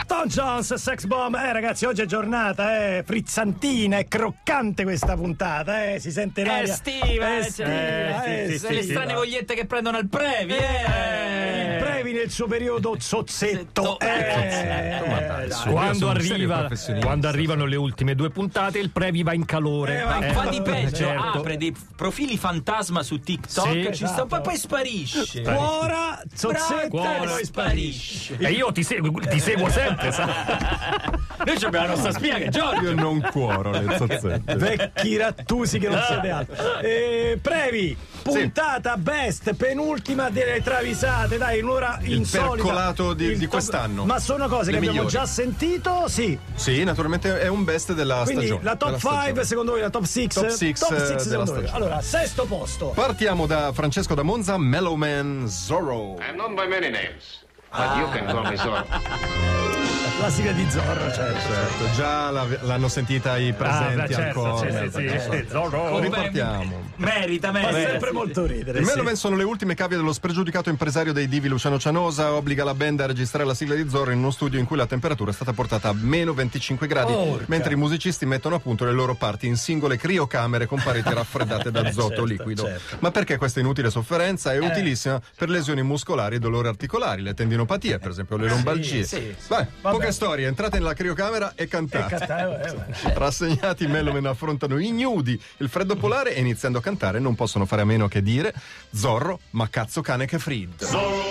Elton Jones, Sex Bomb. Ragazzi, oggi è giornata, frizzantina, è croccante questa puntata, si sente l'aria. Estiva, le strane vogliette che prendono al Previ, Il Previ nel suo periodo zozzetto. Quando arrivano le ultime due puntate, il Previ va in calore. Fa di peggio, certo. apre dei profili fantasma su TikTok, ci sta, poi sparisce. Cuora, zozzetta, e poi sparisce. E io ti seguo sempre, sa? Noi abbiamo la nostra spia che gioca. Io non cuoro le zozzette. Vecchi rattusi che non siete altro. Previ, puntata best, penultima delle travisate, dai, un'ora insolita. Il percolato di quest'anno. Ma sono cose che abbiamo migliori. già sentito? Sì. Sì, naturalmente è un best della Quindi stagione. la top 5 secondo voi, la top 6? Top six, della secondo voi. stagione. Allora, sesto posto. Partiamo da Francesco da Monza, Mellow Man, Zorro. I'm known by many names, but you can call me Zorro. La sigla di Zorro, certo. Certo, già l'hanno sentita i presenti al corner. Sì. Zorro. Ripartiamo. Merita. Fa sempre molto ridere. I sì. Mellow Man sono le ultime cavie dello spregiudicato impresario dei divi Luciano Cianosa. Obbliga la band a registrare la sigla di Zorro in uno studio in cui la temperatura è stata portata a meno 25 gradi, mentre i musicisti mettono a punto le loro parti in singole criocamere con pareti raffreddate da azoto liquido. Certo. Ma perché questa inutile sofferenza è utilissima per lesioni muscolari e dolori articolari, le tendinopatie, per esempio le lombalgie. Beh, poche storie, entrate nella criocamera e cantate. Rassegnati, i Mellow Man affrontano ignudi il freddo polare e iniziando a cantare non possono fare a meno che dire: Zorro, ma cazzo cane che frid.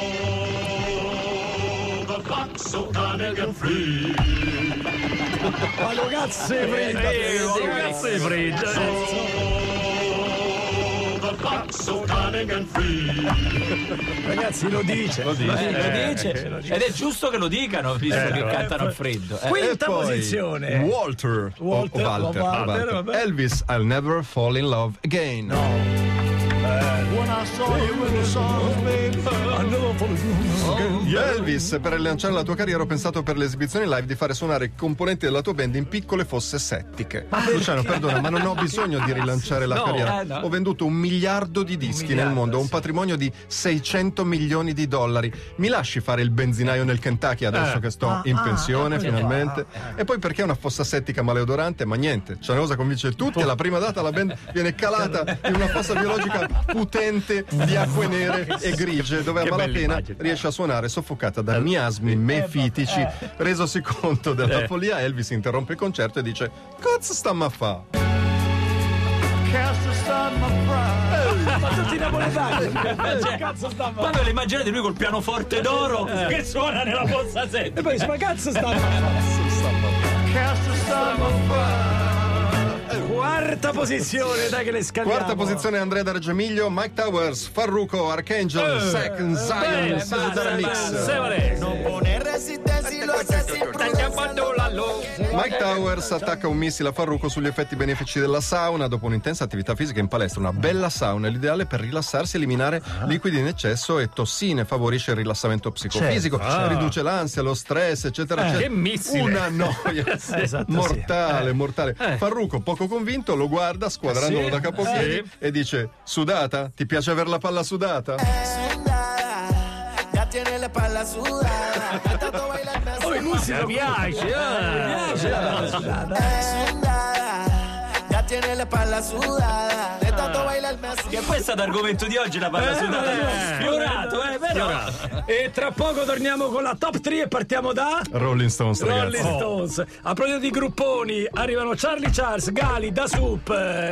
Ma lo cazzo è Ragazzi, lo dice. Ed è giusto che lo dicano, visto che cantano al freddo. Quinta posizione. Walter. Walter. Elvis, I'll never fall in love again. Elvis, per rilanciare la tua carriera ho pensato per le esibizioni live di fare suonare i componenti della tua band in piccole fosse settiche. Luciano, perdona, ma non ho bisogno di rilanciare la carriera. no. Ho venduto 1 miliardo di dischi nel mondo, ho un patrimonio di 600 milioni di dollari. Mi lasci fare il benzinaio nel Kentucky adesso che sto in pensione finalmente? E poi perché una fossa settica maleodorante? Ma niente, Cianosa convince tutti, alla prima data la band viene calata in una fossa biologica potente di acque nere e grigie, dove a malapena riesce a suonare soffocata da miasmi mefitici. Resosi conto della follia, Elvis interrompe il concerto e dice: cazzo stamma a fa? Ma tutti i napoletani. Quando le immaginate lui col pianoforte d'oro che suona nella fossa E settima. poi ma cazzo sta quarta posizione, dai che le scaliamo. Quarta posizione Andrea da Reggio Emilia, Mike Towers, Farruko, Archangel, Second Zion, Cesare Mix. Non pone resistenza, lo assassino. Mike Towers attacca un missile a Farruko sugli effetti benefici della sauna. Dopo un'intensa attività fisica in palestra, una bella sauna è l'ideale per rilassarsi, eliminare liquidi in eccesso e tossine, favorisce il rilassamento psicofisico, riduce l'ansia, lo stress, eccetera, eccetera. Che missile! Una noia mortale. Farruko, poco convinto, lo guarda squadrandolo da capopiedi e dice: sudata? Ti piace aver la palla sudata? Ya tiene la espalda sudada. Tanto bailarme así. Poi lui si piace. Ya tiene la espalda sudada. De tanto bailarme así. Che poi è stato argomento di oggi la palla sudata. Sfiorato, però. E tra poco torniamo con la top 3 e partiamo da Rolling Stones, ragazzi. Rolling Stones. A proposito di grupponi, arrivano Charlie Charles, Gali, Da Soup,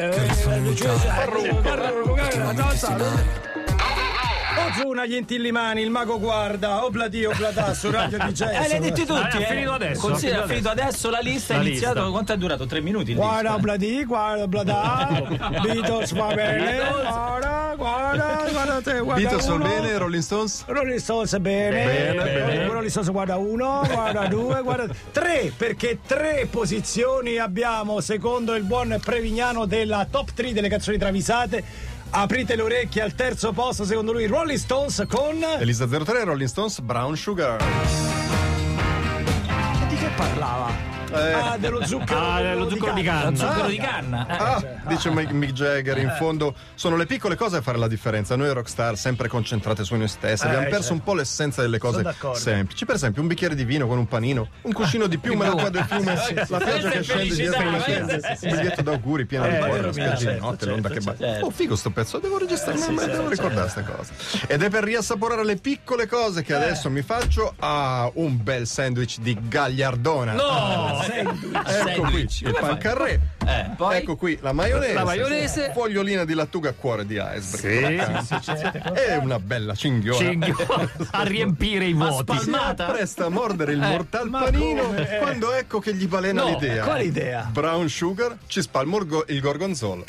Ozuna, gli Intillimani, il Mago Guarda, Obladi Oblada su Radio DJ. Li hai detti tutti, ha finito adesso, Considera, ha ha finito adesso la lista, è La iniziato. lista. Quanto è durato? 3 minuti il Guarda disco, Obladi, guarda Oblada, Beatles va bene, guarda te, guarda Beatles va uno. bene, Rolling Stones? Rolling Stones bene, Bene. Rolling Stones guarda 1, guarda 2, guarda 3, perché 3 posizioni abbiamo secondo il buon Prevignano della top 3 delle canzoni travisate. Aprite le orecchie, al terzo posto secondo lui Rolling Stones con... Elisa 03, Rolling Stones, Brown Sugar. Di che parlava? dello zucchero. Lo zucchero di canna. Zucchero di canna. Dice Mick Jagger, in fondo sono le piccole cose a fare la differenza. Noi rockstar sempre concentrate su noi stessi, abbiamo perso un po' l'essenza delle cose semplici. Per esempio un bicchiere di vino con un panino, un cuscino di piume l'acqua del fiume, la pioggia che scende dietro la scende, un biglietto d'auguri pieno di cuore, la spiaggia di notte, l'onda che batte. Oh, figo sto pezzo, devo registrarmi, devo ricordare questa cosa. Ed è per riassaporare le piccole cose che adesso mi faccio un bel sandwich di gagliardona. No! Ecco qui il pancarré. Poi? Ecco qui la maionese, fogliolina di lattuga, cuore di iceberg. E una bella cinghiona. A riempire i vuoti. Si appresta a mordere il mortal panino quando ecco che gli balena l'idea. Quale idea? Brown sugar, ci spalmo il gorgonzola.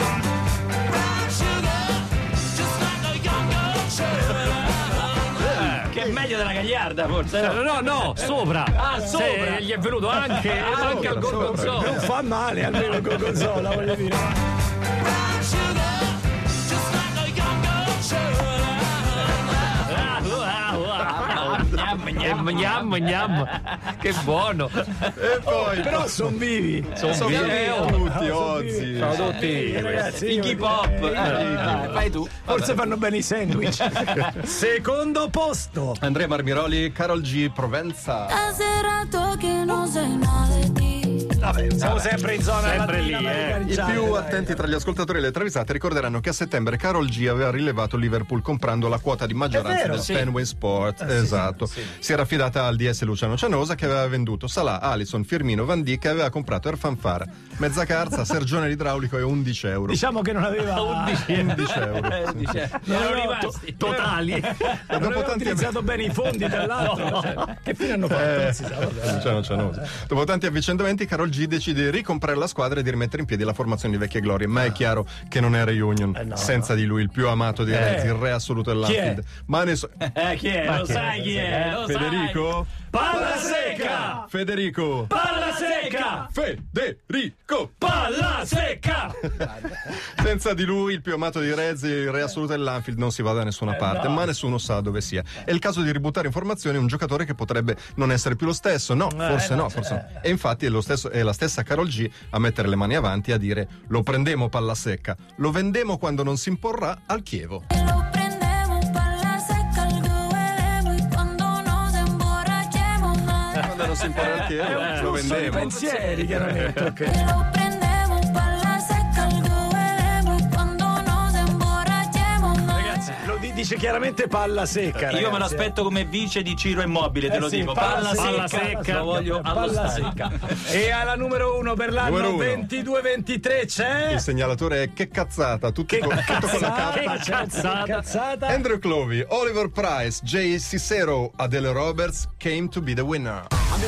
Che è meglio della gagliarda, forse. No, sopra. Sopra. Se gli è venuto anche al gorgonzola. Non fa male almeno il gorgonzola, voglio dire. Che buono. E poi Però sono vivi. sono tutti oggi. Sono tutti. Ragazzi, Iggy Pop. Fai tu. forse fanno bene i sandwich. Secondo posto. Andrea Marmiroli, Karol G, Provenza. Hace rato que no sé nada de ti. Vabbè, siamo sempre in zona Sempre lì, I più attenti tra gli ascoltatori e le travisate ricorderanno che a settembre Karol G aveva rilevato Liverpool comprando la quota di maggioranza del Fenway Sport. Esatto. Si era affidata al DS Luciano Cianosa che aveva venduto Salah, Alisson, Firmino, Van Dijk e aveva comprato Erfan Fara, mezza carza, Sergione l'idraulico e 11 euro. Diciamo che non aveva 11 euro. non erano aveva rimasti. Totali. non aveva utilizzato bene i fondi, tra l'altro. Cioè, che fine hanno fatto? Non si sa, vabbè. Luciano Cianosa. Dopo tanti avvicendamenti, Karol G decide di ricomprare la squadra e di rimettere in piedi la formazione di vecchie glorie. Ma è chiaro che non è reunion senza di lui, il più amato di Renzi, il re assoluto dell'Anfield. Ma Chi è? Lo sai chi è? Lo sai. Federico? Palla secca! Federico! Palla secca! Federico! Palla secca! Senza di lui, il più amato di Renzi, il re assoluto dell'Anfield, non si va da nessuna parte, ma nessuno sa dove sia. È il caso di ributtare in formazione un giocatore che potrebbe non essere più lo stesso. No, forse no. E infatti è la stessa Karol G a mettere le mani avanti e a dire: lo prendemo Palla secca, lo vendemo quando non si imporrà al Chievo. Lo prendemos palla secca, algo bebemos y cuando nos emborrachemos más. Quando non si imporrà al Chievo, lo Sono i vendevo. pensieri, chiaramente. Ok. Lo prendemos palla secca, algo bebemos y cuando nos emborrachemos más. Ragazzi, lo dice chiaramente Palla secca. Io me ragazzi. l'aspetto come vice di Ciro Immobile, te lo sì, dico. palla Secca. Lo voglio allo Palla stadio. secca. E alla numero 1 per l'anno Numero uno. 22-23 c'è. Il segnalatore è che cazzata, tutto con la K. Cazzata. Andrew Clovey, Oliver Price, Jay Cicero, Adele Roberts came to be the winner.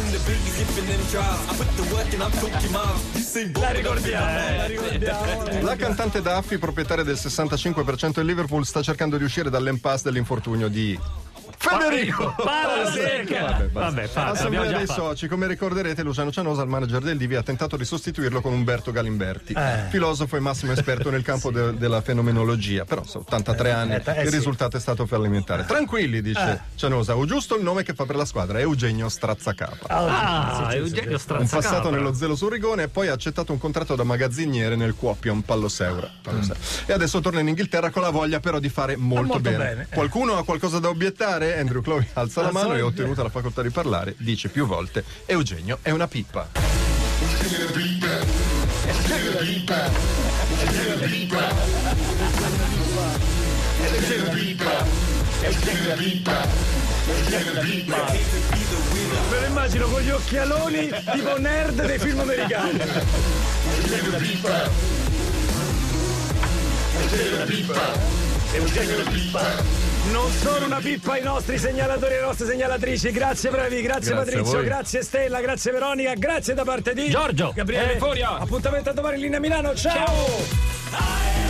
La ricordiamo. La cantante Duffy, proprietaria del 65% del Liverpool, sta cercando di uscire dall'impasse dell'infortunio di Federico. Palla secca. Vabbè, Assemblea abbiamo dei già soci, come ricorderete, Luciano Cianosa, il manager del Divi, ha tentato di sostituirlo con Umberto Galimberti, filosofo e massimo esperto nel campo della fenomenologia. Però, 83 anni, il risultato è stato fallimentare. Tranquilli, dice Cianosa, ho giusto il nome che fa per la squadra, Eugenio Strazzacapa. Eugenio Un Strazzacapa. passato nello Zelo sul Rigone e poi ha accettato un contratto da magazziniere nel Quopion Palloseura. E adesso torna in Inghilterra con la voglia però di fare molto bene. Qualcuno ha qualcosa da obiettare? Andrew Clovey alza la mano e, ottenuta la facoltà di parlare, dice più volte: Eugenio è una pippa. Me lo immagino con gli occhialoni tipo nerd dei film americani. Non sono una pippa i nostri segnalatori e le nostre segnalatrici. Grazie Brevi, grazie Patrizio, grazie Stella, grazie Veronica, grazie da parte di Giorgio Gabriele Furia. Appuntamento a domani in linea Milano. Ciao.